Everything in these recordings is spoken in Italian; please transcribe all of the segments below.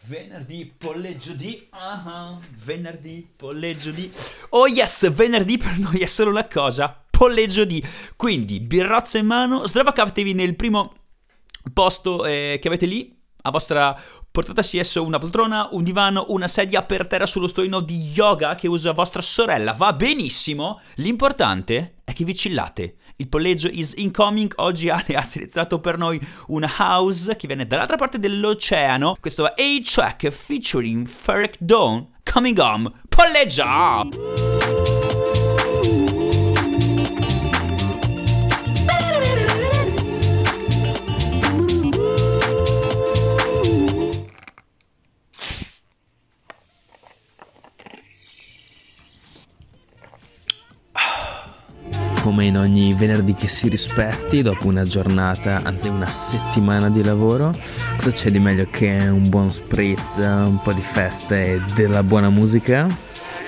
Venerdì, polleggio di... venerdì, polleggio di... Oh yes, venerdì per noi è solo una cosa, polleggio di... Quindi, birrazza in mano, sdravacatevi nel primo posto che avete lì, a vostra portata, sia esso una poltrona, un divano, una sedia per terra sullo stoino di yoga che usa vostra sorella, va benissimo. L'importante è che vi chillate. Il polleggio is incoming. Oggi Ale ha selezionato per noi una house che viene dall'altra parte dell'oceano. Questo è A-Track featuring Ferric Dawn, Coming Home, polleggia! Come in ogni venerdì che si rispetti, dopo una giornata, anzi una settimana di lavoro, cosa c'è di meglio che un buon spritz, un po' di feste e della buona musica?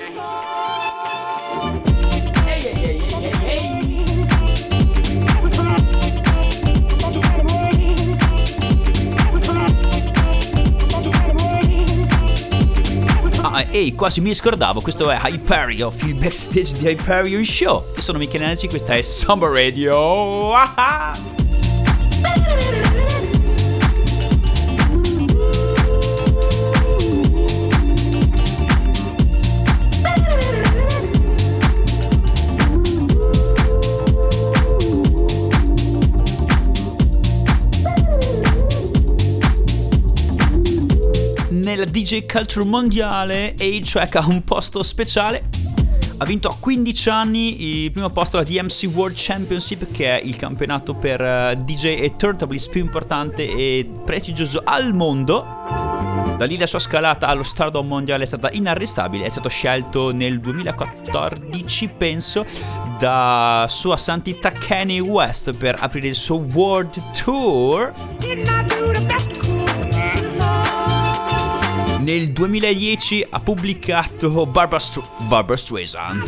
Ehi, quasi mi scordavo, questo è Hyperion, il backstage di Hyperion Show. Io sono Michele Nelci, questa è Samba Radio. Nella DJ Culture mondiale A-Track ha un posto speciale. Ha vinto a 15 anni il primo posto alla DMC World Championship, che è il campionato per DJ e turntables più importante e prestigioso al mondo. Da lì la sua scalata allo stardom mondiale è stata inarrestabile. È stato scelto nel 2014, penso, da Sua Santità Kanye West per aprire il suo World Tour. Nel 2010 ha pubblicato Barbra Streisand.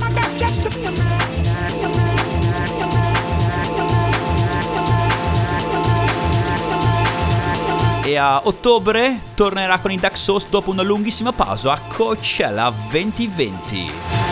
E a ottobre tornerà con i Duck Sauce dopo una lunghissima pausa a Coachella 2020.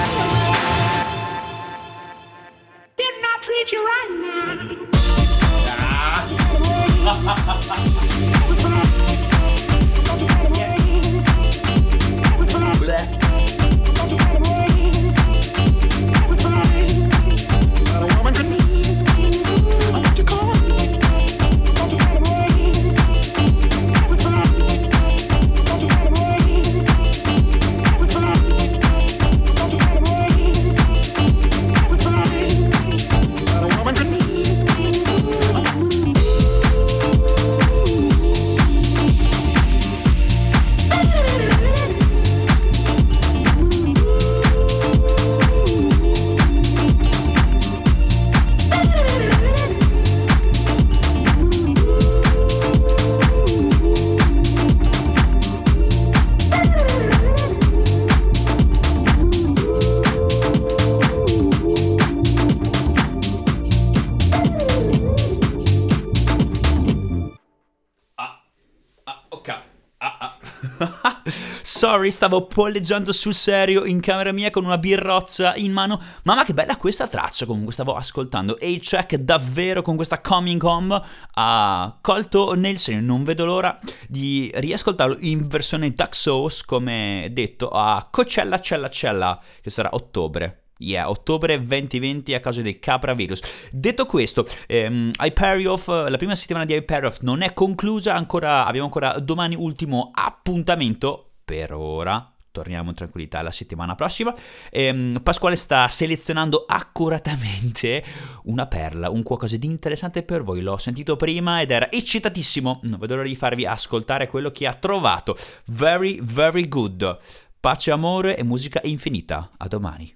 Sorry, stavo polleggiando sul serio in camera mia con una birrozza in mano. Mamma che bella questa traccia, comunque stavo ascoltando A-Track davvero con questa Coming Home. Ha colto nel segno, non vedo l'ora di riascoltarlo in versione Duck Sauce, come detto, a Coachella, che sarà ottobre. Ottobre 2020 a causa del Capra virus. Detto questo, Hyperion, la prima settimana di Hyperion non è conclusa ancora, abbiamo ancora domani ultimo appuntamento. Per ora, torniamo in tranquillità la settimana prossima. Pasquale sta selezionando accuratamente una perla, un qualcosa di interessante per voi. L'ho sentito prima ed era eccitatissimo. Non vedo l'ora di farvi ascoltare quello che ha trovato. Very, very good. Pace, amore e musica infinita. A domani.